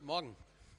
Morgen.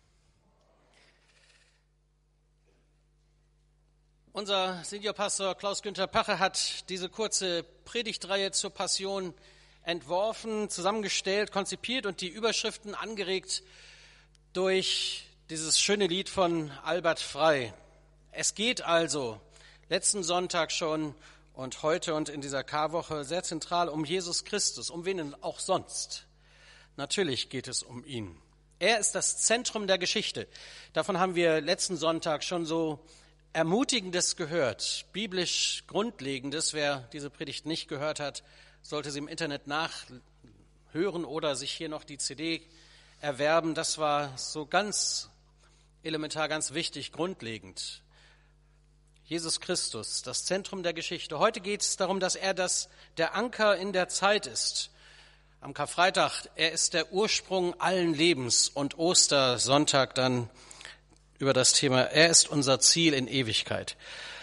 Unser Seniorpastor Klaus-Günther Pache hat diese kurze Predigtreihe zur Passion entworfen, zusammengestellt, konzipiert und die Überschriften angeregt durch dieses schöne Lied von Albert Frey. Es geht also letzten Sonntag schon und heute und in dieser Karwoche sehr zentral um Jesus Christus, um wen denn auch sonst. Natürlich geht es um ihn. Er ist das Zentrum der Geschichte. Davon haben wir letzten Sonntag schon so Ermutigendes gehört, biblisch Grundlegendes. Wer diese Predigt nicht gehört hat, sollte sie im Internet nachhören oder sich hier noch die CD erwerben. Das war so ganz elementar, ganz wichtig, grundlegend. Jesus Christus, das Zentrum der Geschichte. Heute geht es darum, dass er der Anker in der Zeit ist. Am Karfreitag, er ist der Ursprung allen Lebens und Ostersonntag dann über das Thema, er ist unser Ziel in Ewigkeit.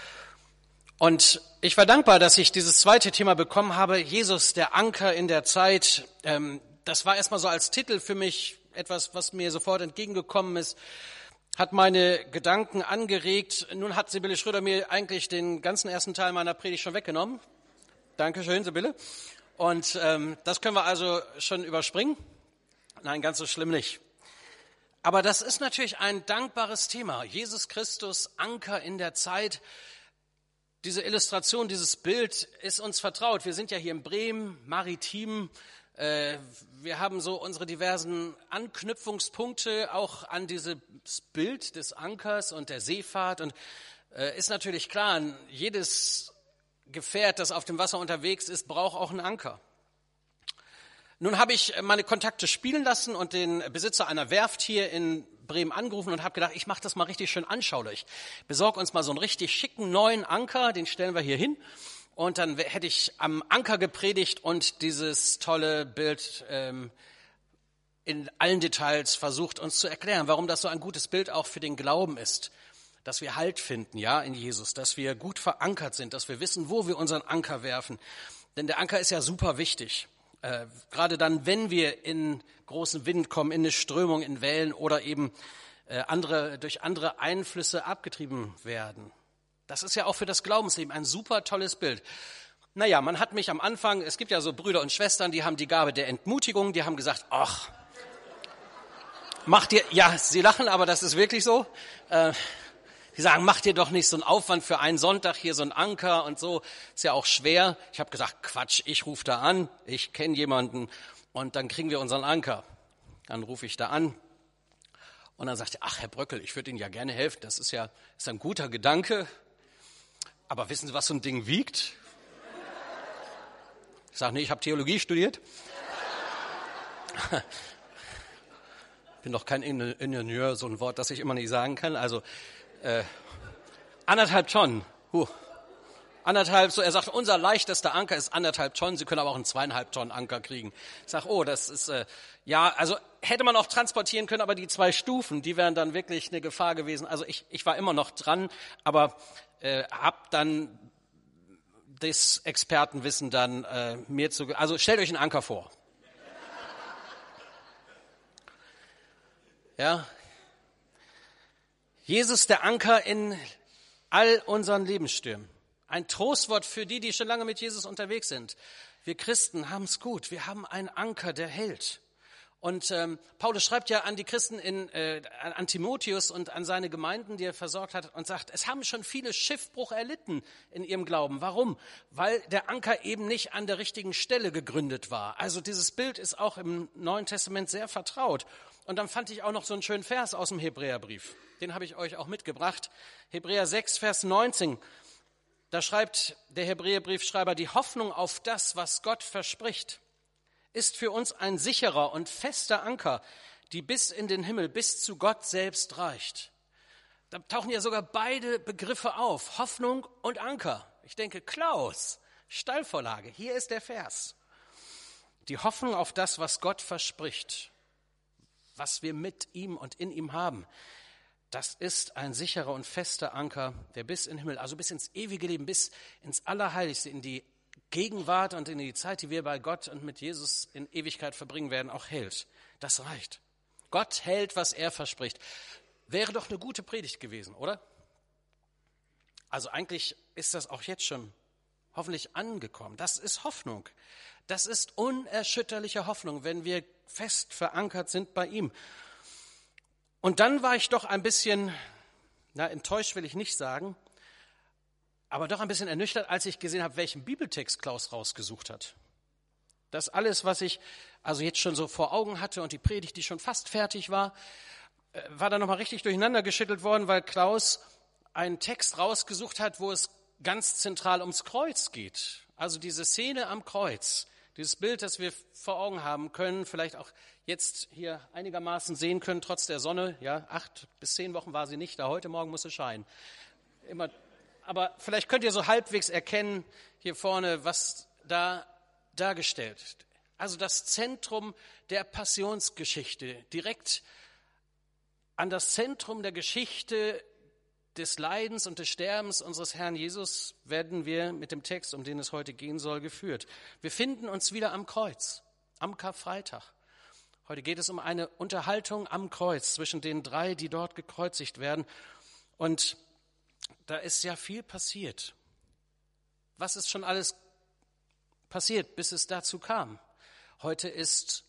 Und ich war dankbar, dass ich dieses zweite Thema bekommen habe, Jesus, der Anker in der Zeit. Das war erstmal so als Titel für mich etwas, was mir sofort entgegengekommen ist, hat meine Gedanken angeregt. Nun hat Sibylle Schröder mir eigentlich den ganzen ersten Teil meiner Predigt schon weggenommen. Dankeschön, Sibylle. Und das können wir also schon überspringen. Nein, ganz so schlimm nicht. Aber das ist natürlich ein dankbares Thema. Jesus Christus, Anker in der Zeit. Diese Illustration, dieses Bild ist uns vertraut. Wir sind ja hier in Bremen, maritim. Wir haben so unsere diversen Anknüpfungspunkte auch an dieses Bild des Ankers und der Seefahrt. Und ist natürlich klar, jedes Gefährt, das auf dem Wasser unterwegs ist, braucht auch einen Anker. Nun habe ich meine Kontakte spielen lassen und den Besitzer einer Werft hier in Bremen angerufen und habe gedacht, ich mache das mal richtig schön anschaulich. Besorg uns mal so einen richtig schicken neuen Anker, den stellen wir hier hin. Und dann hätte ich am Anker gepredigt und dieses tolle Bild in allen Details versucht, uns zu erklären, warum das so ein gutes Bild auch für den Glauben ist. Dass wir Halt finden, ja, in Jesus, dass wir gut verankert sind, dass wir wissen, wo wir unseren Anker werfen. Denn der Anker ist ja super wichtig. Gerade dann, wenn wir in großen Wind kommen, in eine Strömung, in Wellen oder eben durch andere Einflüsse abgetrieben werden. Das ist ja auch für das Glaubensleben ein super tolles Bild. Naja, man hat mich am Anfang, es gibt ja so Brüder und Schwestern, die haben die Gabe der Entmutigung, die haben gesagt, ach, macht ihr, ja, sie lachen, aber das ist wirklich so. Die sagen, mach dir doch nicht so einen Aufwand für einen Sonntag, hier so einen Anker und so, ist ja auch schwer. Ich habe gesagt, Quatsch, ich rufe da an, ich kenne jemanden und dann kriegen wir unseren Anker. Dann rufe ich da an und dann sagt er, ach Herr Bröckel, ich würde Ihnen ja gerne helfen, das ist ein guter Gedanke, aber wissen Sie, was so ein Ding wiegt? Ich sage, nee, ich habe Theologie studiert. Bin doch kein Ingenieur, so ein Wort, das ich immer nicht sagen kann, also 1,5 Tonnen. Anderthalb, so er sagt, unser leichtester Anker ist 1,5 Tonnen. Sie können aber auch einen 2,5 Tonnen Anker kriegen. Ich sage, oh, das ist, ja, also hätte man auch transportieren können, aber die 2 Stufen, die wären dann wirklich eine Gefahr gewesen. Also ich war immer noch dran, aber habe dann das Expertenwissen dann also stellt euch einen Anker vor. Ja. Jesus, der Anker in all unseren Lebensstürmen. Ein Trostwort für die schon lange mit Jesus unterwegs sind. Wir Christen haben es gut. Wir haben einen Anker, der hält. Und Paulus schreibt ja an die Christen an Timotheus und an seine Gemeinden, die er versorgt hat, und sagt, es haben schon viele Schiffbruch erlitten in ihrem Glauben. Warum? Weil der Anker eben nicht an der richtigen Stelle gegründet war. Also dieses Bild ist auch im Neuen Testament sehr vertraut. Und dann fand ich auch noch so einen schönen Vers aus dem Hebräerbrief. Den habe ich euch auch mitgebracht. Hebräer 6, Vers 19. Da schreibt der Hebräerbriefschreiber, die Hoffnung auf das, was Gott verspricht, ist für uns ein sicherer und fester Anker, die bis in den Himmel, bis zu Gott selbst reicht. Da tauchen ja sogar beide Begriffe auf, Hoffnung und Anker. Ich denke, Klaus, Steilvorlage, hier ist der Vers. Die Hoffnung auf das, was Gott verspricht, was wir mit ihm und in ihm haben, das ist ein sicherer und fester Anker, der bis in den Himmel, also bis ins ewige Leben, bis ins Allerheiligste, in die Gegenwart und in die Zeit, die wir bei Gott und mit Jesus in Ewigkeit verbringen werden, auch hält. Das reicht. Gott hält, was er verspricht. Wäre doch eine gute Predigt gewesen, oder? Also eigentlich ist das auch jetzt schon hoffentlich angekommen. Das ist Hoffnung. Das ist unerschütterliche Hoffnung, wenn wir fest verankert sind bei ihm. Und dann war ich doch ein bisschen, enttäuscht will ich nicht sagen, aber doch ein bisschen ernüchtert, als ich gesehen habe, welchen Bibeltext Klaus rausgesucht hat. Das alles, was ich also jetzt schon so vor Augen hatte und die Predigt, die schon fast fertig war da nochmal richtig durcheinander geschüttelt worden, weil Klaus einen Text rausgesucht hat, wo es ganz zentral ums Kreuz geht. Also diese Szene am Kreuz, dieses Bild, das wir vor Augen haben können, vielleicht auch jetzt hier einigermaßen sehen können, trotz der Sonne. Ja, 8 bis 10 Wochen war sie nicht da, heute Morgen muss sie scheinen. Aber vielleicht könnt ihr so halbwegs erkennen, hier vorne, was da dargestellt ist. Also das Zentrum der Passionsgeschichte, direkt an das Zentrum der Geschichte des Leidens und des Sterbens unseres Herrn Jesus werden wir mit dem Text, um den es heute gehen soll, geführt. Wir finden uns wieder am Kreuz, am Karfreitag. Heute geht es um eine Unterhaltung am Kreuz zwischen den 3, die dort gekreuzigt werden. Und da ist ja viel passiert. Was ist schon alles passiert, bis es dazu kam? Heute ist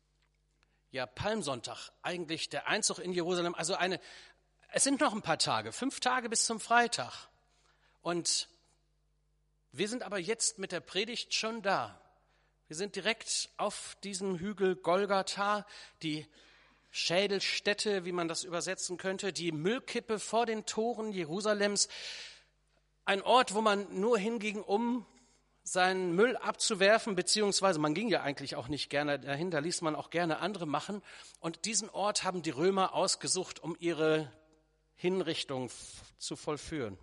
Palmsonntag, eigentlich der Einzug in Jerusalem. Also es sind noch ein paar Tage, 5 Tage bis zum Freitag. Und wir sind aber jetzt mit der Predigt schon da. Wir sind direkt auf diesem Hügel Golgatha, die Schädelstätte, wie man das übersetzen könnte, die Müllkippe vor den Toren Jerusalems. Ein Ort, wo man nur hinging, um seinen Müll abzuwerfen, beziehungsweise man ging ja eigentlich auch nicht gerne dahin, da ließ man auch gerne andere machen. Und diesen Ort haben die Römer ausgesucht, um ihre Hinrichtung zu vollführen.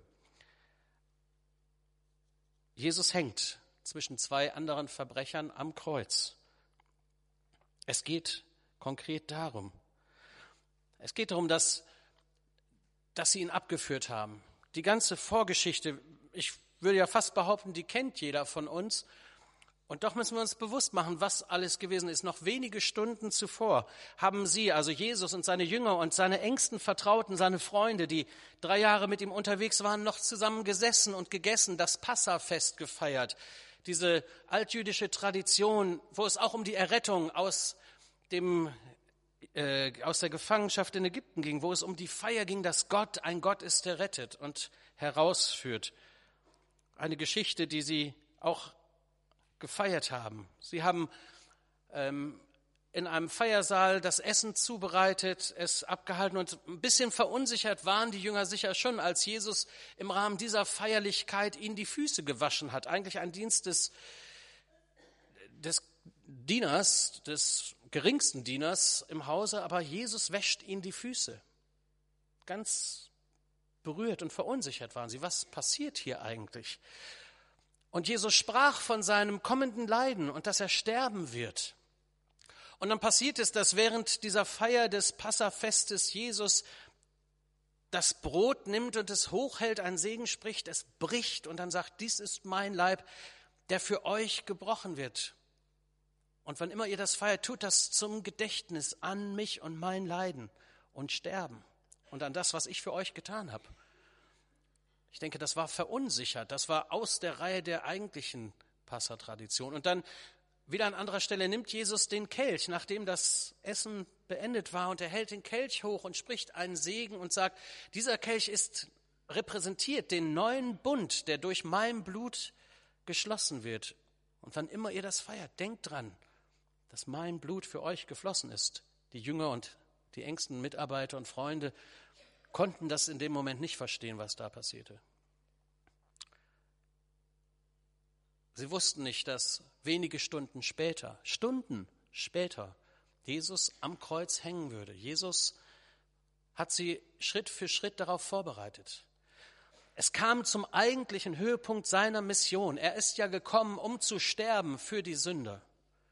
Jesus hängt zwischen 2 anderen Verbrechern am Kreuz. Es geht konkret darum. Es geht darum, dass sie ihn abgeführt haben. Die ganze Vorgeschichte, ich würde ja fast behaupten, die kennt jeder von uns. Und doch müssen wir uns bewusst machen, was alles gewesen ist. Noch wenige Stunden zuvor haben sie, also Jesus und seine Jünger und seine engsten Vertrauten, seine Freunde, die 3 Jahre mit ihm unterwegs waren, noch zusammen gesessen und gegessen, das Passafest gefeiert. Diese altjüdische Tradition, wo es auch um die Errettung aus der Gefangenschaft in Ägypten ging, wo es um die Feier ging, dass Gott ein Gott ist, der rettet und herausführt. Eine Geschichte, die sie auch gefeiert haben. Sie haben in einem Feiersaal das Essen zubereitet, es abgehalten und ein bisschen verunsichert waren die Jünger sicher schon, als Jesus im Rahmen dieser Feierlichkeit ihnen die Füße gewaschen hat. Eigentlich ein Dienst des Dieners, des geringsten Dieners im Hause, aber Jesus wäscht ihnen die Füße. Ganz berührt und verunsichert waren sie. Was passiert hier eigentlich? Und Jesus sprach von seinem kommenden Leiden und dass er sterben wird. Und dann passiert es, dass während dieser Feier des Passafestes Jesus das Brot nimmt und es hochhält, einen Segen spricht, es bricht und dann sagt, dies ist mein Leib, der für euch gebrochen wird. Und wann immer ihr das feiert, tut das zum Gedächtnis an mich und mein Leiden und Sterben und an das, was ich für euch getan habe. Ich denke, das war verunsichert, das war aus der Reihe der eigentlichen Passatradition. Und dann wieder an anderer Stelle nimmt Jesus den Kelch, nachdem das Essen beendet war, und er hält den Kelch hoch und spricht einen Segen und sagt, dieser Kelch repräsentiert den neuen Bund, der durch mein Blut geschlossen wird. Und wann immer ihr das feiert, denkt dran, dass mein Blut für euch geflossen ist. Die Jünger und die engsten Mitarbeiter und Freunde konnten das in dem Moment nicht verstehen, was da passierte. Sie wussten nicht, dass wenige Stunden später, Jesus am Kreuz hängen würde. Jesus hat sie Schritt für Schritt darauf vorbereitet. Es kam zum eigentlichen Höhepunkt seiner Mission. Er ist ja gekommen, um zu sterben für die Sünder.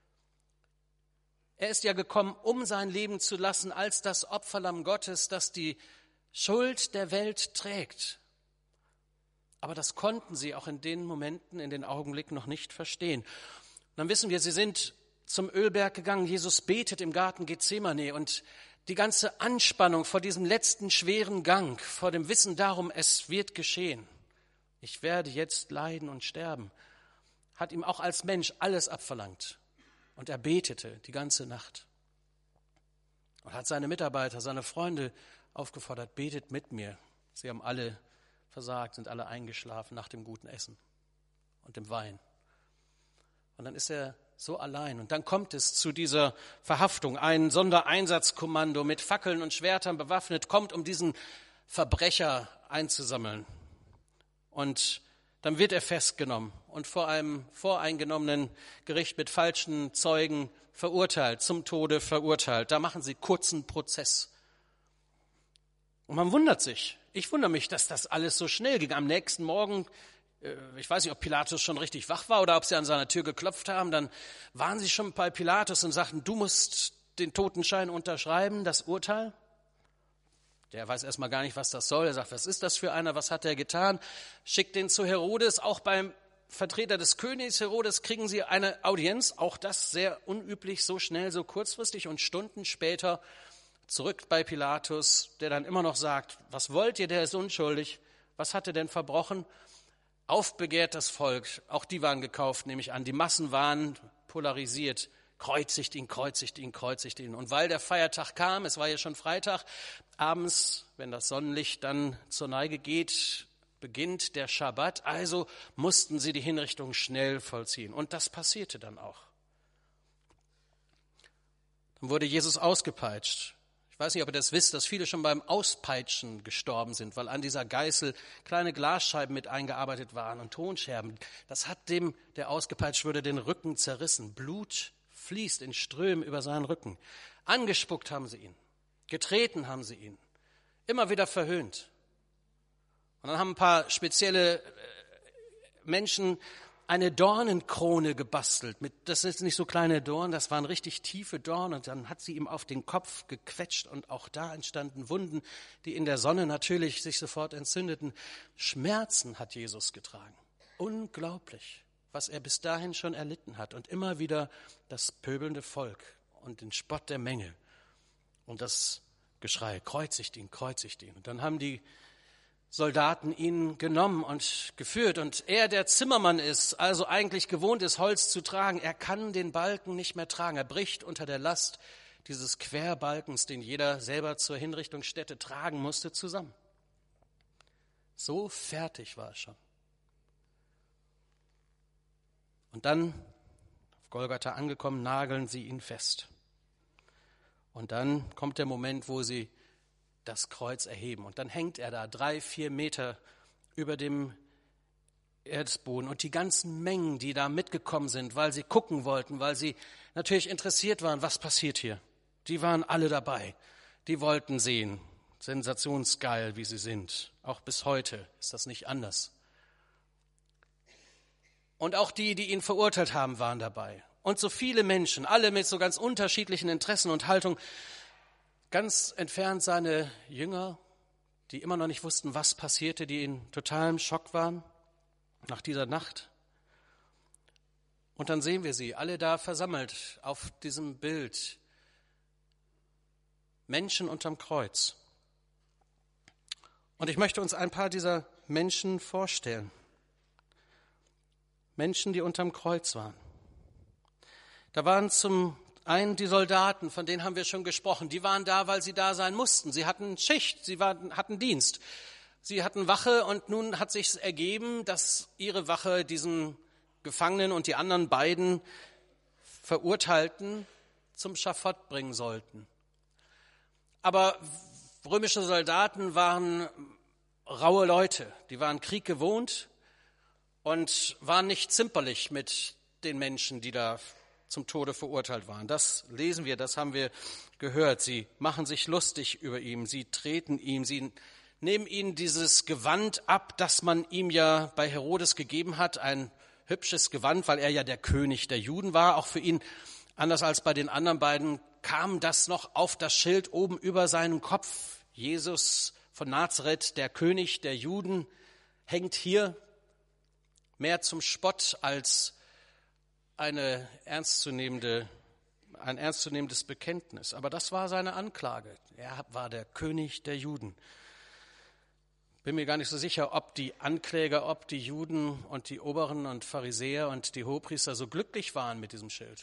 Er ist ja gekommen, um sein Leben zu lassen als das Opferlamm Gottes, das die Schuld der Welt trägt. Aber das konnten sie auch in den Momenten, in den Augenblicken noch nicht verstehen. Und dann wissen wir, sie sind zum Ölberg gegangen. Jesus betet im Garten Gethsemane und Die ganze Anspannung vor diesem letzten schweren Gang, vor dem Wissen darum, es wird geschehen. Ich werde jetzt leiden und sterben, hat ihm auch als Mensch alles abverlangt. Und er betete die ganze Nacht und hat seine Mitarbeiter, seine Freunde aufgefordert, betet mit mir. Sie haben alle versagt, sind alle eingeschlafen nach dem guten Essen und dem Wein. Und dann ist er so allein. Und dann kommt es zu dieser Verhaftung. Ein Sondereinsatzkommando mit Fackeln und Schwertern bewaffnet kommt, um diesen Verbrecher einzusammeln. Und dann wird er festgenommen und vor einem voreingenommenen Gericht mit falschen Zeugen verurteilt, zum Tode verurteilt. Da machen sie kurzen Prozess. Und man wundert sich. Ich wundere mich, dass das alles so schnell ging. Am nächsten Morgen, ich weiß nicht, ob Pilatus schon richtig wach war oder ob sie an seiner Tür geklopft haben, dann waren sie schon bei Pilatus und sagten, du musst den Totenschein unterschreiben, das Urteil. Der weiß erstmal gar nicht, was das soll. Er sagt, was ist das für einer, was hat er getan? Schickt den zu Herodes. Auch beim Vertreter des Königs Herodes kriegen sie eine Audienz. Auch das sehr unüblich, so schnell, so kurzfristig. Und Stunden später zurück bei Pilatus, der dann immer noch sagt, was wollt ihr, der ist unschuldig. Was hat er denn verbrochen? Aufbegehrt das Volk. Auch die waren gekauft, nehme ich an. Die Massen waren polarisiert. Kreuzigt ihn, kreuzigt ihn, kreuzigt ihn. Und weil der Feiertag kam, es war ja schon Freitag, abends, wenn das Sonnenlicht dann zur Neige geht, beginnt der Schabbat. Also mussten sie die Hinrichtung schnell vollziehen. Und das passierte dann auch. Dann wurde Jesus ausgepeitscht. Ich weiß nicht, ob ihr das wisst, dass viele schon beim Auspeitschen gestorben sind, weil an dieser Geißel kleine Glasscheiben mit eingearbeitet waren und Tonscherben. Das hat dem, der ausgepeitscht wurde, den Rücken zerrissen. Blut fließt in Strömen über seinen Rücken. Angespuckt haben sie ihn, getreten haben sie ihn, immer wieder verhöhnt. Und dann haben ein paar spezielle Menschen eine Dornenkrone gebastelt. Das sind nicht so kleine Dornen, das waren richtig tiefe Dornen. Und dann hat sie ihm auf den Kopf gequetscht und auch da entstanden Wunden, die in der Sonne natürlich sich sofort entzündeten. Schmerzen hat Jesus getragen. Unglaublich, was er bis dahin schon erlitten hat. Und immer wieder das pöbelnde Volk und den Spott der Menge und das Geschrei, kreuzigt ihn, kreuzigt ihn. Und dann haben die Soldaten ihn genommen und geführt. Und er, der Zimmermann ist, also eigentlich gewohnt ist, Holz zu tragen, er kann den Balken nicht mehr tragen. Er bricht unter der Last dieses Querbalkens, den jeder selber zur Hinrichtungsstätte tragen musste, zusammen. So fertig war er schon. Und dann, auf Golgatha angekommen, nageln sie ihn fest. Und dann kommt der Moment, wo sie das Kreuz erheben. Und dann hängt er da 3-4 Meter über dem Erdboden. Und die ganzen Mengen, die da mitgekommen sind, weil sie gucken wollten, weil sie natürlich interessiert waren, was passiert hier. Die waren alle dabei. Die wollten sehen. Sensationsgeil, wie sie sind. Auch bis heute ist das nicht anders. Und auch die, die ihn verurteilt haben, waren dabei. Und so viele Menschen, alle mit so ganz unterschiedlichen Interessen und Haltungen. Ganz entfernt seine Jünger, die immer noch nicht wussten, was passierte, die in totalem Schock waren nach dieser Nacht. Und dann sehen wir sie, alle da versammelt auf diesem Bild. Menschen unterm Kreuz. Und ich möchte uns ein paar dieser Menschen vorstellen. Menschen, die unterm Kreuz waren. Da waren zum einen die Soldaten, von denen haben wir schon gesprochen. Die waren da, weil sie da sein mussten. Sie hatten Schicht, hatten Dienst. Sie hatten Wache und nun hat sich ergeben, dass ihre Wache diesen Gefangenen und die anderen beiden Verurteilten zum Schafott bringen sollten. Aber römische Soldaten waren raue Leute. Die waren Krieg gewohnt und waren nicht zimperlich mit den Menschen, die da zum Tode verurteilt waren. Das lesen wir, das haben wir gehört. Sie machen sich lustig über ihn, sie treten ihm, sie nehmen ihm dieses Gewand ab, das man ihm ja bei Herodes gegeben hat, ein hübsches Gewand, weil er ja der König der Juden war. Auch für ihn, anders als bei den anderen beiden, kam das noch auf das Schild oben über seinem Kopf. Jesus von Nazareth, der König der Juden, hängt hier mehr zum Spott als eine ernstzunehmende ein ernstzunehmendes Bekenntnis. Aber das war seine Anklage. Er war der König der Juden. Bin mir gar nicht so sicher, ob die Ankläger, ob die Juden und die Oberen und Pharisäer und die Hohepriester so glücklich waren mit diesem Schild.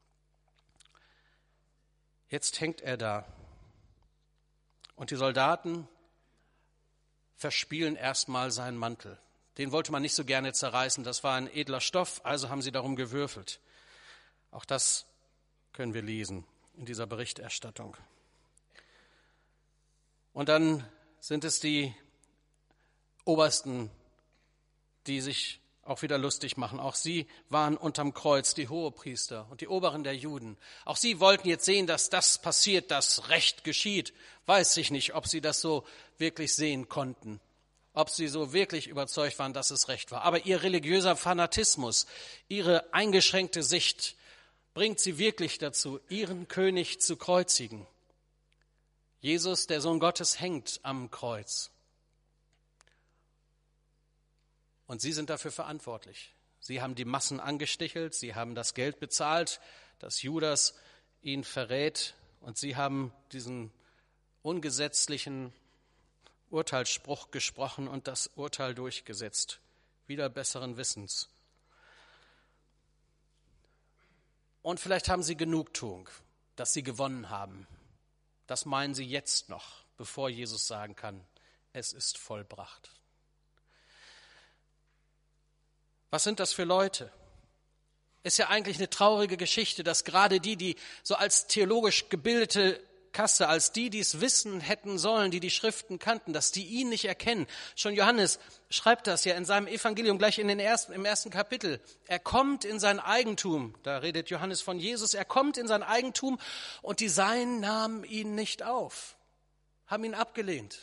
Jetzt hängt er da. Und die Soldaten verspielen erstmal seinen Mantel. Den wollte man nicht so gerne zerreißen, das war ein edler Stoff, also haben sie darum gewürfelt. Auch das können wir lesen in dieser Berichterstattung. Und dann sind es die Obersten, die sich auch wieder lustig machen. Auch sie waren unterm Kreuz, die Hohepriester und die Oberen der Juden. Auch sie wollten jetzt sehen, dass das passiert, dass Recht geschieht. Weiß ich nicht, ob sie das so wirklich sehen konnten, ob sie so wirklich überzeugt waren, dass es Recht war. Aber ihr religiöser Fanatismus, ihre eingeschränkte Sicht bringt sie wirklich dazu, ihren König zu kreuzigen. Jesus, der Sohn Gottes, hängt am Kreuz. Und sie sind dafür verantwortlich. Sie haben die Massen angestichelt, sie haben das Geld bezahlt, dass Judas ihn verrät. Und sie haben diesen ungesetzlichen Urteilsspruch gesprochen und das Urteil durchgesetzt, wider besseren Wissens. Und vielleicht haben sie Genugtuung, dass sie gewonnen haben. Das meinen sie jetzt noch, bevor Jesus sagen kann, es ist vollbracht. Was sind das für Leute? Ist ja eigentlich eine traurige Geschichte, dass gerade die so als theologisch gebildete Kasse, als die es wissen hätten sollen, die Schriften kannten, dass die ihn nicht erkennen. Schon Johannes schreibt das ja in seinem Evangelium gleich im ersten Kapitel. Er kommt in sein Eigentum, da redet Johannes von Jesus, er kommt in sein Eigentum und die Seinen nahmen ihn nicht auf, haben ihn abgelehnt.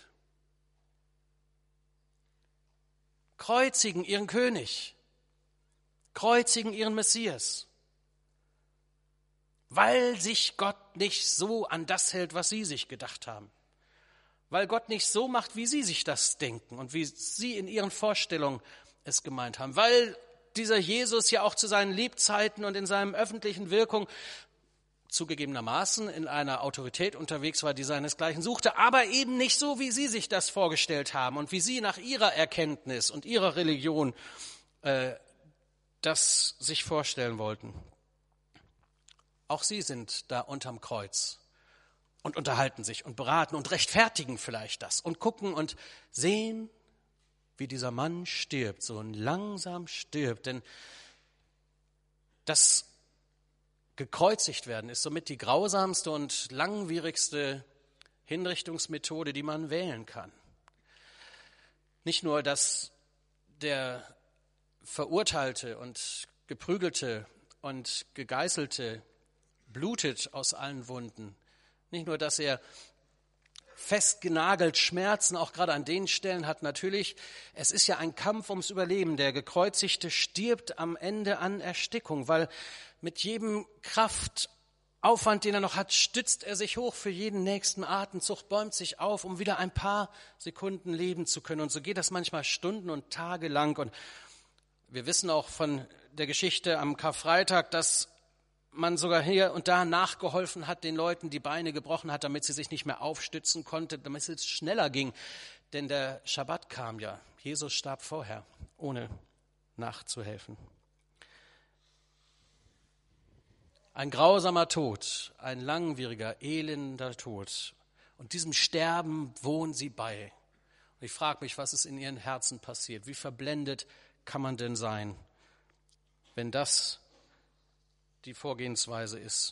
Kreuzigen ihren König, kreuzigen ihren Messias. Weil sich Gott nicht so an das hält, was sie sich gedacht haben. Weil Gott nicht so macht, wie sie sich das denken und wie sie in ihren Vorstellungen es gemeint haben. Weil dieser Jesus ja auch zu seinen Lebzeiten und in seinem öffentlichen Wirkung zugegebenermaßen in einer Autorität unterwegs war, die seinesgleichen suchte, aber eben nicht so, wie sie sich das vorgestellt haben und wie sie nach ihrer Erkenntnis und ihrer Religion das sich vorstellen wollten. Auch sie sind da unterm Kreuz und unterhalten sich und beraten und rechtfertigen vielleicht das und gucken und sehen, wie dieser Mann stirbt, so langsam stirbt. Denn das gekreuzigt werden ist somit die grausamste und langwierigste Hinrichtungsmethode, die man wählen kann. Nicht nur, dass der Verurteilte und Geprügelte und Gegeißelte blutet aus allen Wunden. Nicht nur, dass er festgenagelt Schmerzen auch gerade an den Stellen hat. Natürlich, es ist ja ein Kampf ums Überleben. Der Gekreuzigte stirbt am Ende an Erstickung, weil mit jedem Kraftaufwand, den er noch hat, stützt er sich hoch für jeden nächsten Atemzug, bäumt sich auf, um wieder ein paar Sekunden leben zu können. Und so geht das manchmal Stunden und Tage lang. Und wir wissen auch von der Geschichte am Karfreitag, dass man sogar hier und da nachgeholfen hat, den Leuten die Beine gebrochen hat, damit sie sich nicht mehr aufstützen konnten, damit es schneller ging. Denn der Schabbat kam ja. Jesus starb vorher, ohne nachzuhelfen. Ein grausamer Tod, ein langwieriger, elender Tod. Und diesem Sterben wohnen sie bei. Und ich frage mich, was ist in ihren Herzen passiert? Wie verblendet kann man denn sein, wenn das die Vorgehensweise ist?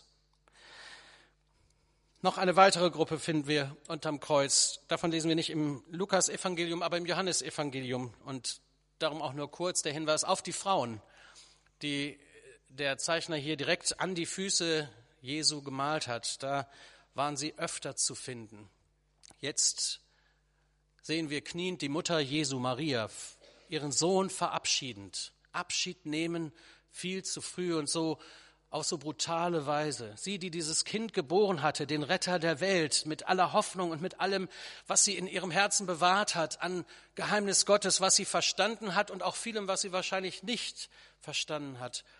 Noch eine weitere Gruppe finden wir unterm Kreuz. Davon lesen wir nicht im Lukas-Evangelium, aber im Johannes-Evangelium. Und darum auch nur kurz der Hinweis auf die Frauen, die der Zeichner hier direkt an die Füße Jesu gemalt hat. Da waren sie öfter zu finden. Jetzt sehen wir kniend die Mutter Jesu, Maria, ihren Sohn verabschiedend. Abschied nehmen, viel zu früh und so auf so brutale Weise. Sie, die dieses Kind geboren hatte, den Retter der Welt, mit aller Hoffnung und mit allem, was sie in ihrem Herzen bewahrt hat, an Geheimnis Gottes, was sie verstanden hat und auch vielem, was sie wahrscheinlich nicht verstanden hat.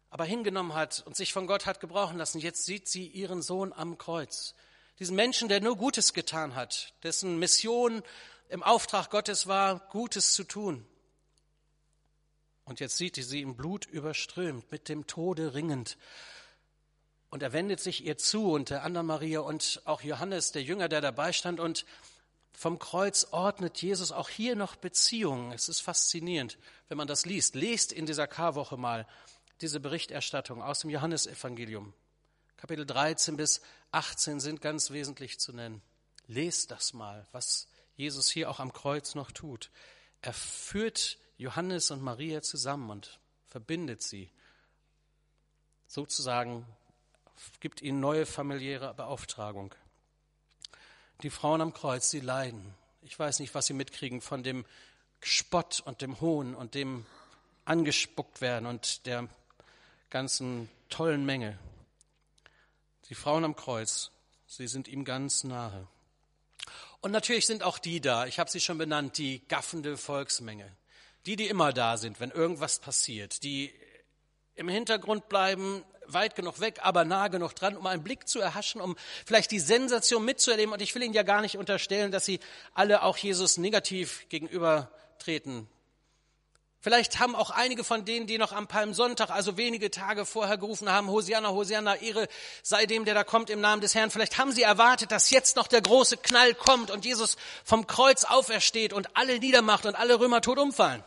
aber hingenommen hat und sich von Gott hat gebrauchen lassen. Jetzt sieht sie ihren Sohn am Kreuz. Diesen Menschen, der nur Gutes getan hat, dessen Mission im Auftrag Gottes war, Gutes zu tun. Und jetzt sieht sie im Blut überströmt, mit dem Tode ringend. Und er wendet sich ihr zu und der anderen Maria und auch Johannes, der Jünger, der dabei stand. Und vom Kreuz ordnet Jesus auch hier noch Beziehungen. Es ist faszinierend, wenn man das liest. Lest in dieser Karwoche mal diese Berichterstattung aus dem Johannesevangelium. Kapitel 13 bis 18 sind ganz wesentlich zu nennen. Lest das mal, was Jesus hier auch am Kreuz noch tut. Er führt Johannes und Maria zusammen und verbindet sie. Sozusagen gibt ihnen neue familiäre Beauftragung. Die Frauen am Kreuz, sie leiden. Ich weiß nicht, was sie mitkriegen von dem Spott und dem Hohn und dem angespuckt werden und der ganzen tollen Menge. Die Frauen am Kreuz, sie sind ihm ganz nahe. Und natürlich sind auch die da, ich habe sie schon benannt, die gaffende Volksmenge. Die immer da sind, wenn irgendwas passiert, die im Hintergrund bleiben, weit genug weg, aber nah genug dran, um einen Blick zu erhaschen, um vielleicht die Sensation mitzuerleben. Und ich will Ihnen ja gar nicht unterstellen, dass sie alle auch Jesus negativ gegenübertreten. Vielleicht haben auch einige von denen, die noch am Palmsonntag, also wenige Tage vorher gerufen haben, Hosianna, Hosianna, Ehre sei dem, der da kommt im Namen des Herrn. Vielleicht haben sie erwartet, dass jetzt noch der große Knall kommt und Jesus vom Kreuz aufersteht und alle niedermacht und alle Römer tot umfallen.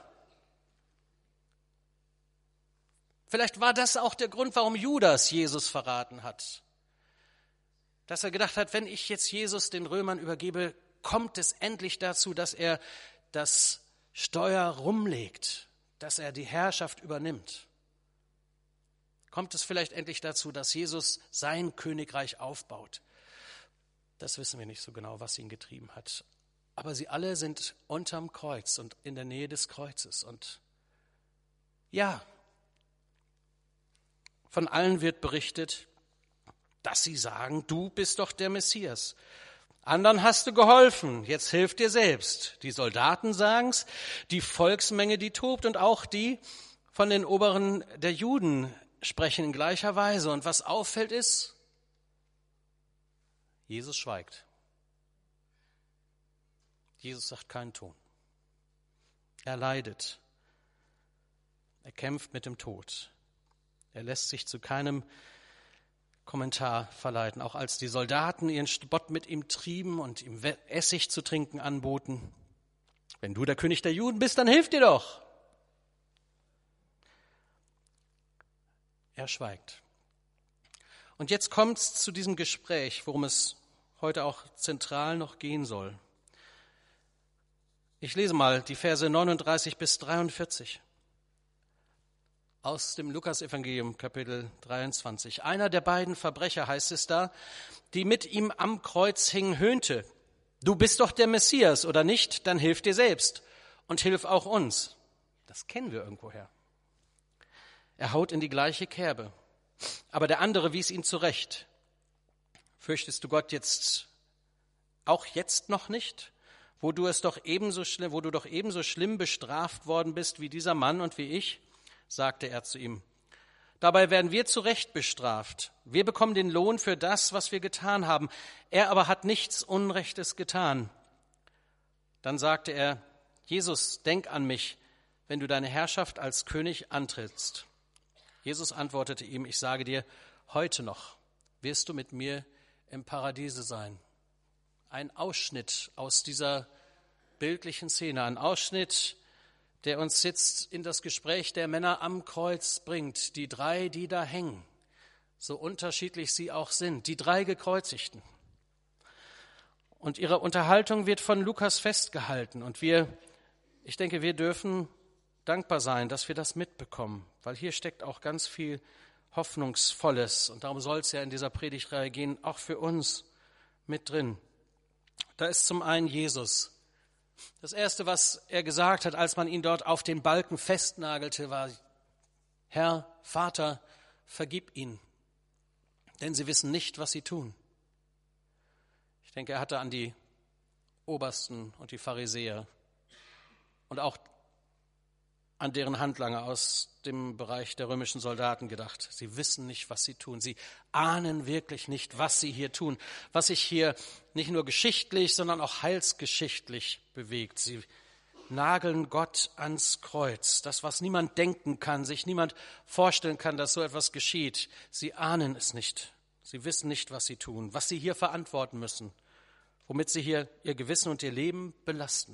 Vielleicht war das auch der Grund, warum Judas Jesus verraten hat. Dass er gedacht hat, wenn ich jetzt Jesus den Römern übergebe, kommt es endlich dazu, dass er das Steuer rumlegt, dass er die Herrschaft übernimmt. Kommt es vielleicht endlich dazu, dass Jesus sein Königreich aufbaut? Das wissen wir nicht so genau, was ihn getrieben hat. Aber sie alle sind unterm Kreuz und in der Nähe des Kreuzes. Und ja, von allen wird berichtet, dass sie sagen, du bist doch der Messias. Anderen hast du geholfen, jetzt hilf dir selbst. Die Soldaten sagen's, die Volksmenge, die tobt und auch die von den Oberen der Juden sprechen in gleicher Weise. Und was auffällt ist, Jesus schweigt. Jesus sagt keinen Ton. Er leidet. Er kämpft mit dem Tod. Er lässt sich zu keinem Kommentar verleiten, auch als die Soldaten ihren Spott mit ihm trieben und ihm Essig zu trinken anboten. Wenn du der König der Juden bist, dann hilf dir doch. Er schweigt. Und jetzt kommt es zu diesem Gespräch, worum es heute auch zentral noch gehen soll. Ich lese mal die Verse 39 bis 43. Aus dem Lukas-Evangelium, Kapitel 23. Einer der beiden Verbrecher, heißt es da, die mit ihm am Kreuz hingen, höhnte. Du bist doch der Messias, oder nicht? Dann hilf dir selbst und hilf auch uns. Das kennen wir irgendwoher. Er haut in die gleiche Kerbe. Aber der andere wies ihn zurecht. Fürchtest du Gott auch jetzt noch nicht, wo du doch ebenso schlimm bestraft worden bist wie dieser Mann und wie ich? Sagte er zu ihm. Dabei werden wir zu Recht bestraft. Wir bekommen den Lohn für das, was wir getan haben. Er aber hat nichts Unrechtes getan. Dann sagte er, Jesus, denk an mich, wenn du deine Herrschaft als König antrittst. Jesus antwortete ihm, ich sage dir, heute noch wirst du mit mir im Paradiese sein. Ein Ausschnitt aus dieser bildlichen Szene, ein Ausschnitt, der uns jetzt in das Gespräch der Männer am Kreuz bringt. Die drei, die da hängen, so unterschiedlich sie auch sind, die drei Gekreuzigten. Und ihre Unterhaltung wird von Lukas festgehalten. Und ich denke, wir dürfen dankbar sein, dass wir das mitbekommen, weil hier steckt auch ganz viel Hoffnungsvolles. Und darum soll es ja in dieser Predigtreihe gehen, auch für uns mit drin. Da ist zum einen Jesus. Das Erste, was er gesagt hat, als man ihn dort auf den Balken festnagelte, war, Herr, Vater, vergib ihnen, denn sie wissen nicht, was sie tun. Ich denke, er hatte an die Obersten und die Pharisäer und auch an deren Handlanger aus dem Bereich der römischen Soldaten gedacht. Sie wissen nicht, was sie tun. Sie ahnen wirklich nicht, was sie hier tun, was sich hier nicht nur geschichtlich, sondern auch heilsgeschichtlich bewegt. Sie nageln Gott ans Kreuz. Das, was niemand denken kann, sich niemand vorstellen kann, dass so etwas geschieht. Sie ahnen es nicht. Sie wissen nicht, was sie tun, was sie hier verantworten müssen, womit sie hier ihr Gewissen und ihr Leben belasten.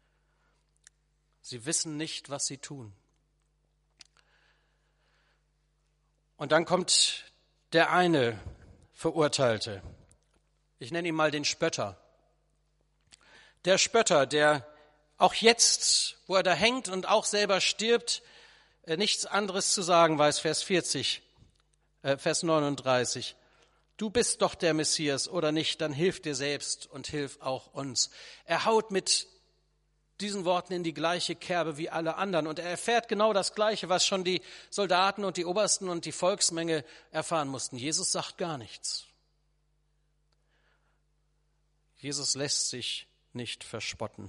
Sie wissen nicht, was sie tun. Und dann kommt der eine Verurteilte. Ich nenne ihn mal den Spötter. Der Spötter, der auch jetzt, wo er da hängt und auch selber stirbt, nichts anderes zu sagen weiß, Vers 39. Du bist doch der Messias oder nicht, dann hilf dir selbst und hilf auch uns. Er haut mit diesen Worten in die gleiche Kerbe wie alle anderen. Und er erfährt genau das Gleiche, was schon die Soldaten und die Obersten und die Volksmenge erfahren mussten. Jesus sagt gar nichts. Jesus lässt sich nicht verspotten.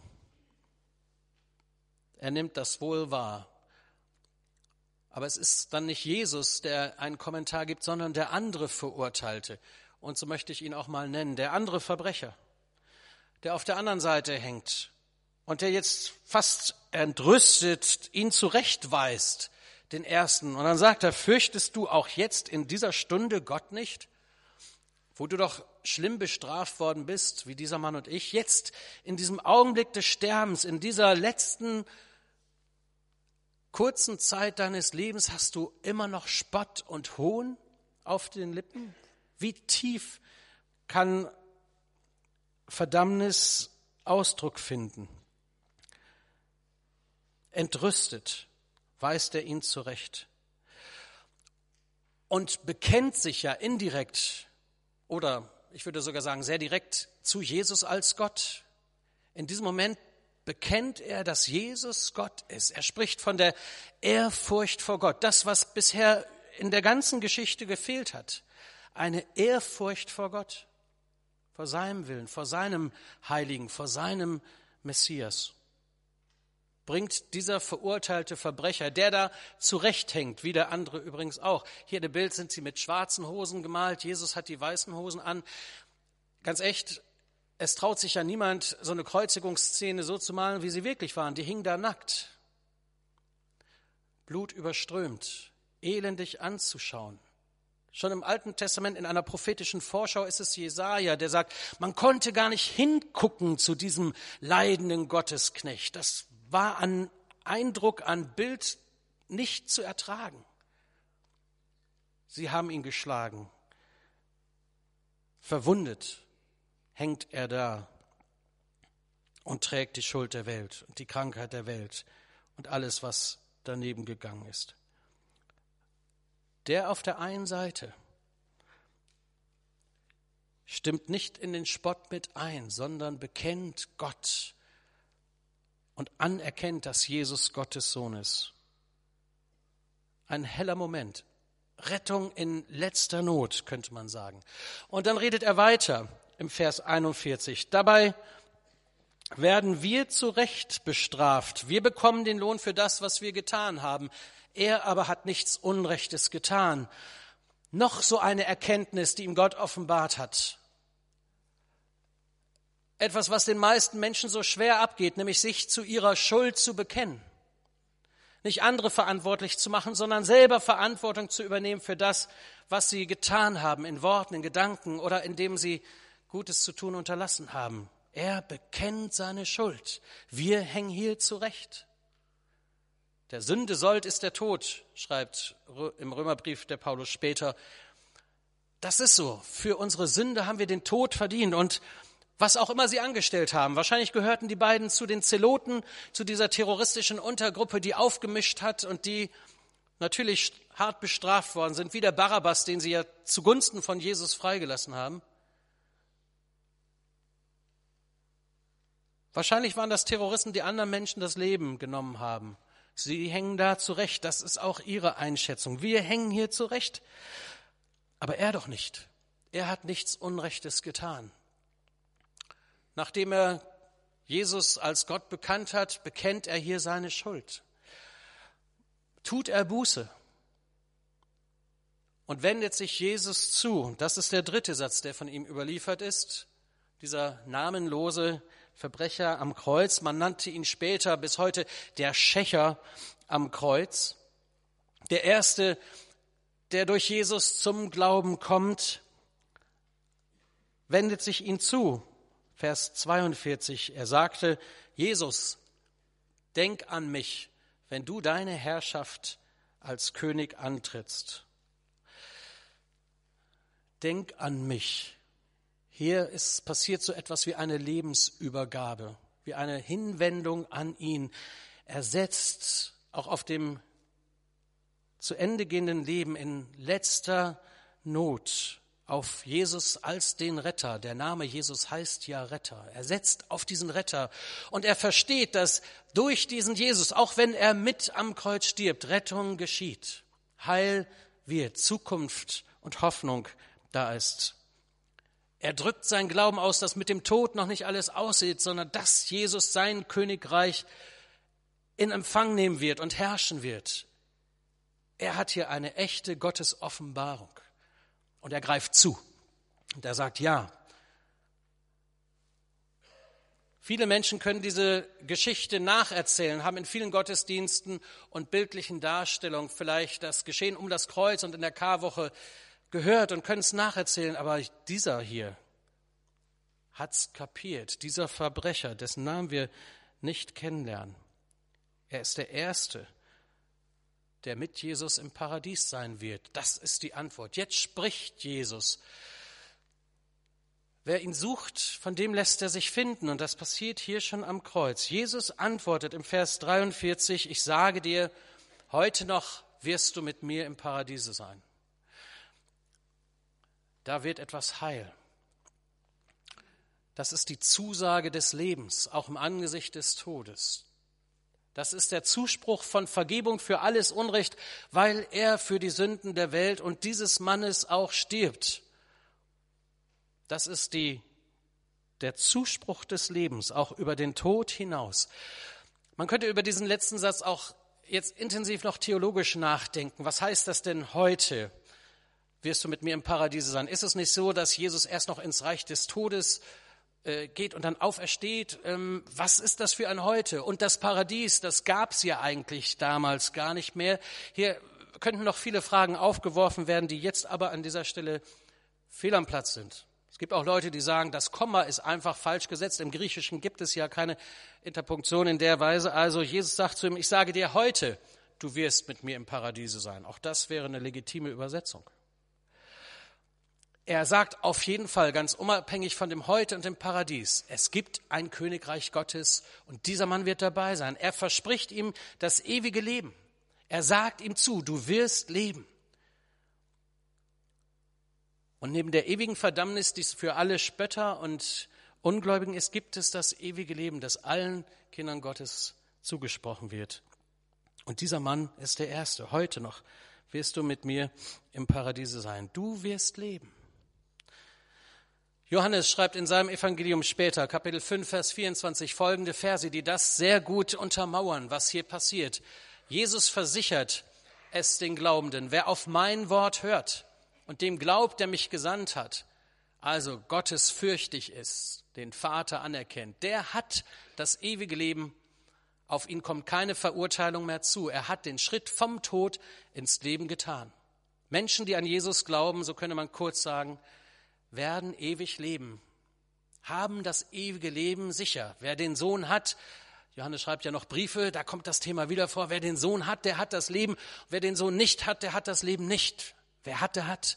Er nimmt das wohl wahr. Aber es ist dann nicht Jesus, der einen Kommentar gibt, sondern der andere Verurteilte. Und so möchte ich ihn auch mal nennen, der andere Verbrecher, der auf der anderen Seite hängt und der jetzt fast entrüstet ihn zurechtweist, den ersten. Und dann sagt er, fürchtest du auch jetzt in dieser Stunde Gott nicht, wo du doch schlimm bestraft worden bist, wie dieser Mann und ich, jetzt in diesem Augenblick des Sterbens, in dieser letzten kurzen Zeit deines Lebens hast du immer noch Spott und Hohn auf den Lippen? Wie tief kann Verdammnis Ausdruck finden? Entrüstet weist er ihn zurecht und bekennt sich ja indirekt oder ich würde sogar sagen sehr direkt zu Jesus als Gott. In diesem Moment bekennt er, dass Jesus Gott ist. Er spricht von der Ehrfurcht vor Gott, das, was bisher in der ganzen Geschichte gefehlt hat. Eine Ehrfurcht vor Gott, vor seinem Willen, vor seinem Heiligen, vor seinem Messias. Bringt dieser verurteilte Verbrecher, der da zurechthängt, wie der andere übrigens auch. Hier in dem Bild sind sie mit schwarzen Hosen gemalt, Jesus hat die weißen Hosen an. Ganz echt, es traut sich ja niemand, so eine Kreuzigungsszene so zu malen, wie sie wirklich waren. Die hingen da nackt, blutüberströmt, elendig anzuschauen. Schon im Alten Testament in einer prophetischen Vorschau ist es Jesaja, der sagt, man konnte gar nicht hingucken zu diesem leidenden Gottesknecht. Das war an Eindruck, an Bild nicht zu ertragen. Sie haben ihn geschlagen, verwundet hängt er da und trägt die Schuld der Welt und die Krankheit der Welt und alles, was daneben gegangen ist. Der auf der einen Seite stimmt nicht in den Spott mit ein, sondern bekennt Gott und anerkennt, dass Jesus Gottes Sohn ist. Ein heller Moment. Rettung in letzter Not, könnte man sagen. Und dann redet er weiter im Vers 41. Dabei werden wir zu Recht bestraft. Wir bekommen den Lohn für das, was wir getan haben. Er aber hat nichts Unrechtes getan. Noch so eine Erkenntnis, die ihm Gott offenbart hat. Etwas, was den meisten Menschen so schwer abgeht, nämlich sich zu ihrer Schuld zu bekennen. Nicht andere verantwortlich zu machen, sondern selber Verantwortung zu übernehmen für das, was sie getan haben, in Worten, in Gedanken oder indem sie Gutes zu tun unterlassen haben. Er bekennt seine Schuld. Wir hängen hier zurecht. Der Sünde Sold ist der Tod, schreibt im Römerbrief der Paulus später. Das ist so. Für unsere Sünde haben wir den Tod verdient. Und was auch immer sie angestellt haben, wahrscheinlich gehörten die beiden zu den Zeloten, zu dieser terroristischen Untergruppe, die aufgemischt hat und die natürlich hart bestraft worden sind, wie der Barabbas, den sie ja zugunsten von Jesus freigelassen haben. Wahrscheinlich waren das Terroristen, die anderen Menschen das Leben genommen haben. Sie hängen da zurecht, das ist auch ihre Einschätzung. Wir hängen hier zurecht, aber er doch nicht. Er hat nichts Unrechtes getan. Nachdem er Jesus als Gott bekannt hat, bekennt er hier seine Schuld. tut er Buße und wendet sich Jesus zu. Das ist der dritte Satz, der von ihm überliefert ist. Dieser namenlose Verbrecher am Kreuz. Man nannte ihn später bis heute der Schächer am Kreuz. Der Erste, der durch Jesus zum Glauben kommt, wendet sich ihm zu. Vers 42, er sagte, Jesus, denk an mich, wenn du deine Herrschaft als König antrittst. Denk an mich. Hier passiert so etwas wie eine Lebensübergabe, wie eine Hinwendung an ihn. Er setzt auch auf dem zu Ende gehenden Leben in letzter Not auf Jesus als den Retter. Der Name Jesus heißt ja Retter. Er setzt auf diesen Retter und er versteht, dass durch diesen Jesus, auch wenn er mit am Kreuz stirbt, Rettung geschieht, Heil wird, Zukunft und Hoffnung da ist. Er drückt seinen Glauben aus, dass mit dem Tod noch nicht alles aussieht, sondern dass Jesus sein Königreich in Empfang nehmen wird und herrschen wird. Er hat hier eine echte Gottesoffenbarung und er greift zu und er sagt ja. Viele Menschen können diese Geschichte nacherzählen, haben in vielen Gottesdiensten und bildlichen Darstellungen vielleicht das Geschehen um das Kreuz und in der Karwoche gehört und können es nacherzählen, aber dieser hier hat's kapiert, dieser Verbrecher, dessen Namen wir nicht kennenlernen. Er ist der Erste, der mit Jesus im Paradies sein wird. Das ist die Antwort. Jetzt spricht Jesus. Wer ihn sucht, von dem lässt er sich finden. Und das passiert hier schon am Kreuz. Jesus antwortet im Vers 43, ich sage dir, heute noch wirst du mit mir im Paradiese sein. Da wird etwas heil. Das ist die Zusage des Lebens, auch im Angesicht des Todes. Das ist der Zuspruch von Vergebung für alles Unrecht, weil er für die Sünden der Welt und dieses Mannes auch stirbt. Das ist der Zuspruch des Lebens, auch über den Tod hinaus. Man könnte über diesen letzten Satz auch jetzt intensiv noch theologisch nachdenken. Was heißt das denn heute? Wirst du mit mir im Paradiese sein? Ist es nicht so, dass Jesus erst noch ins Reich des Todes geht und dann aufersteht? Was ist das für ein Heute? Und das Paradies, das gab es ja eigentlich damals gar nicht mehr. Hier könnten noch viele Fragen aufgeworfen werden, die jetzt aber an dieser Stelle fehl am Platz sind. Es gibt auch Leute, die sagen, das Komma ist einfach falsch gesetzt. Im Griechischen gibt es ja keine Interpunktion in der Weise. Also Jesus sagt zu ihm, ich sage dir heute, du wirst mit mir im Paradiese sein. Auch das wäre eine legitime Übersetzung. Er sagt auf jeden Fall, ganz unabhängig von dem Heute und dem Paradies, es gibt ein Königreich Gottes und dieser Mann wird dabei sein. Er verspricht ihm das ewige Leben. Er sagt ihm zu, du wirst leben. Und neben der ewigen Verdammnis, die für alle Spötter und Ungläubigen ist, gibt es das ewige Leben, das allen Kindern Gottes zugesprochen wird. Und dieser Mann ist der Erste. Heute noch wirst du mit mir im Paradiese sein. Du wirst leben. Johannes schreibt in seinem Evangelium später, Kapitel 5, Vers 24, folgende Verse, die das sehr gut untermauern, was hier passiert. Jesus versichert es den Glaubenden, wer auf mein Wort hört und dem glaubt, der mich gesandt hat, also Gottes fürchtig ist, den Vater anerkennt, der hat das ewige Leben, auf ihn kommt keine Verurteilung mehr zu. Er hat den Schritt vom Tod ins Leben getan. Menschen, die an Jesus glauben, so könnte man kurz sagen, werden ewig leben, haben das ewige Leben sicher. Wer den Sohn hat, Johannes schreibt ja noch Briefe, da kommt das Thema wieder vor, wer den Sohn hat, der hat das Leben. Wer den Sohn nicht hat, der hat das Leben nicht. Wer hat, der hat.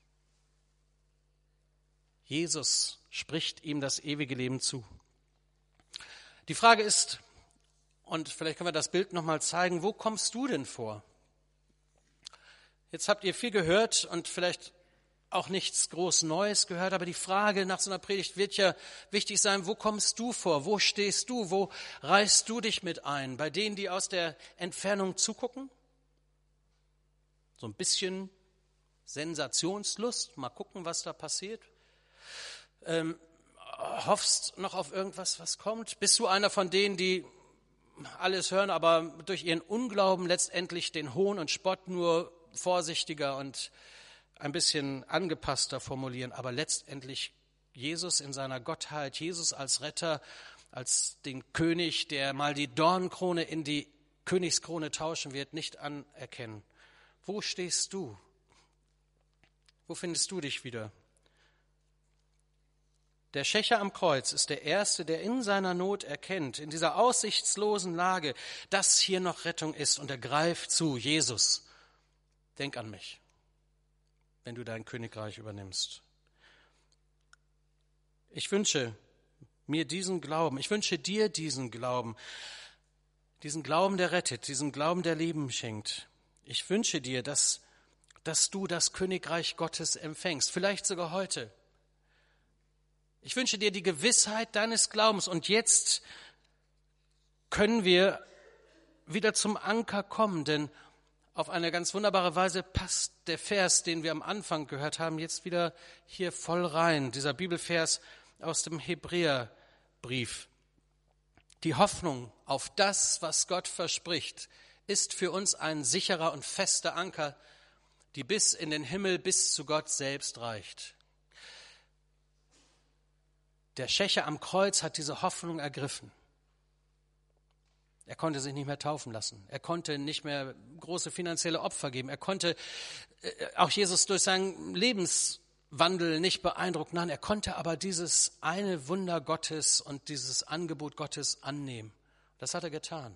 Jesus spricht ihm das ewige Leben zu. Die Frage ist, und vielleicht können wir das Bild nochmal zeigen, wo kommst du denn vor? Jetzt habt ihr viel gehört und vielleicht auch nichts groß Neues gehört, aber die Frage nach so einer Predigt wird ja wichtig sein, wo kommst du vor, wo stehst du, wo reißt du dich mit ein? Bei denen, die aus der Entfernung zugucken? So ein bisschen Sensationslust, mal gucken, was da passiert. Hoffst noch auf irgendwas, was kommt? Bist du einer von denen, die alles hören, aber durch ihren Unglauben letztendlich den Hohn und Spott nur vorsichtiger und ein bisschen angepasster formulieren, aber letztendlich Jesus in seiner Gottheit, Jesus als Retter, als den König, der mal die Dornenkrone in die Königskrone tauschen wird, nicht anerkennen. Wo stehst du? Wo findest du dich wieder? Der Schächer am Kreuz ist der Erste, der in seiner Not erkennt, in dieser aussichtslosen Lage, dass hier noch Rettung ist, und er greift zu. Jesus, denk an mich, wenn du dein Königreich übernimmst. Ich wünsche mir diesen Glauben, ich wünsche dir diesen Glauben, der rettet, diesen Glauben, der Leben schenkt. Ich wünsche dir, dass du das Königreich Gottes empfängst, vielleicht sogar heute. Ich wünsche dir die Gewissheit deines Glaubens, und jetzt können wir wieder zum Anker kommen, denn auf eine ganz wunderbare Weise passt der Vers, den wir am Anfang gehört haben, jetzt wieder hier voll rein. Dieser Bibelvers aus dem Hebräerbrief. Die Hoffnung auf das, was Gott verspricht, ist für uns ein sicherer und fester Anker, die bis in den Himmel, bis zu Gott selbst reicht. Der Schächer am Kreuz hat diese Hoffnung ergriffen. Er konnte sich nicht mehr taufen lassen. Er konnte nicht mehr große finanzielle Opfer geben. Er konnte auch Jesus durch seinen Lebenswandel nicht beeindrucken. Nein, er konnte aber dieses eine Wunder Gottes und dieses Angebot Gottes annehmen. Das hat er getan.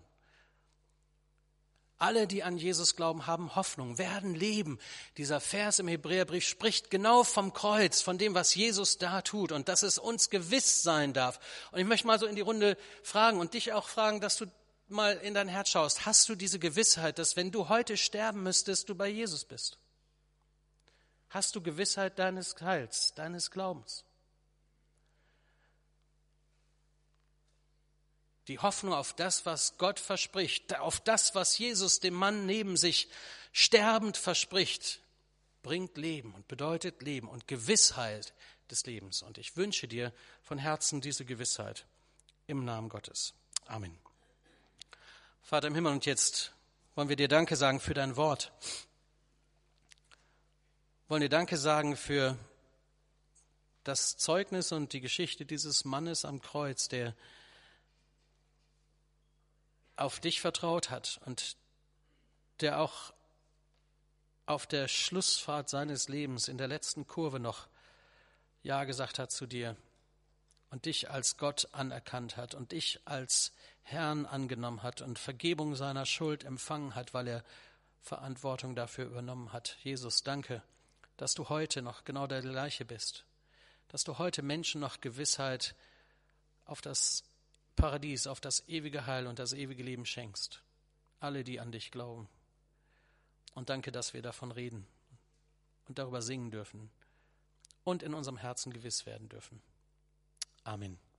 Alle, die an Jesus glauben, haben Hoffnung, werden leben. Dieser Vers im Hebräerbrief spricht genau vom Kreuz, von dem, was Jesus da tut, und dass es uns gewiss sein darf. Und ich möchte mal so in die Runde fragen und dich auch fragen, dass du mal in dein Herz schaust. Hast du diese Gewissheit, dass wenn du heute sterben müsstest, du bei Jesus bist? Hast du Gewissheit deines Heils, deines Glaubens? Die Hoffnung auf das, was Gott verspricht, auf das, was Jesus dem Mann neben sich sterbend verspricht, bringt Leben und bedeutet Leben und Gewissheit des Lebens. Und ich wünsche dir von Herzen diese Gewissheit im Namen Gottes. Amen. Vater im Himmel, und jetzt wollen wir dir Danke sagen für dein Wort. Wollen dir Danke sagen für das Zeugnis und die Geschichte dieses Mannes am Kreuz, der auf dich vertraut hat und der auch auf der Schlussfahrt seines Lebens in der letzten Kurve noch Ja gesagt hat zu dir und dich als Gott anerkannt hat und dich als Herrn angenommen hat und Vergebung seiner Schuld empfangen hat, weil er Verantwortung dafür übernommen hat. Jesus, danke, dass du heute noch genau der Gleiche bist, dass du heute Menschen noch Gewissheit auf das Paradies, auf das ewige Heil und das ewige Leben schenkst. Alle, die an dich glauben. Und danke, dass wir davon reden und darüber singen dürfen und in unserem Herzen gewiss werden dürfen. Amen.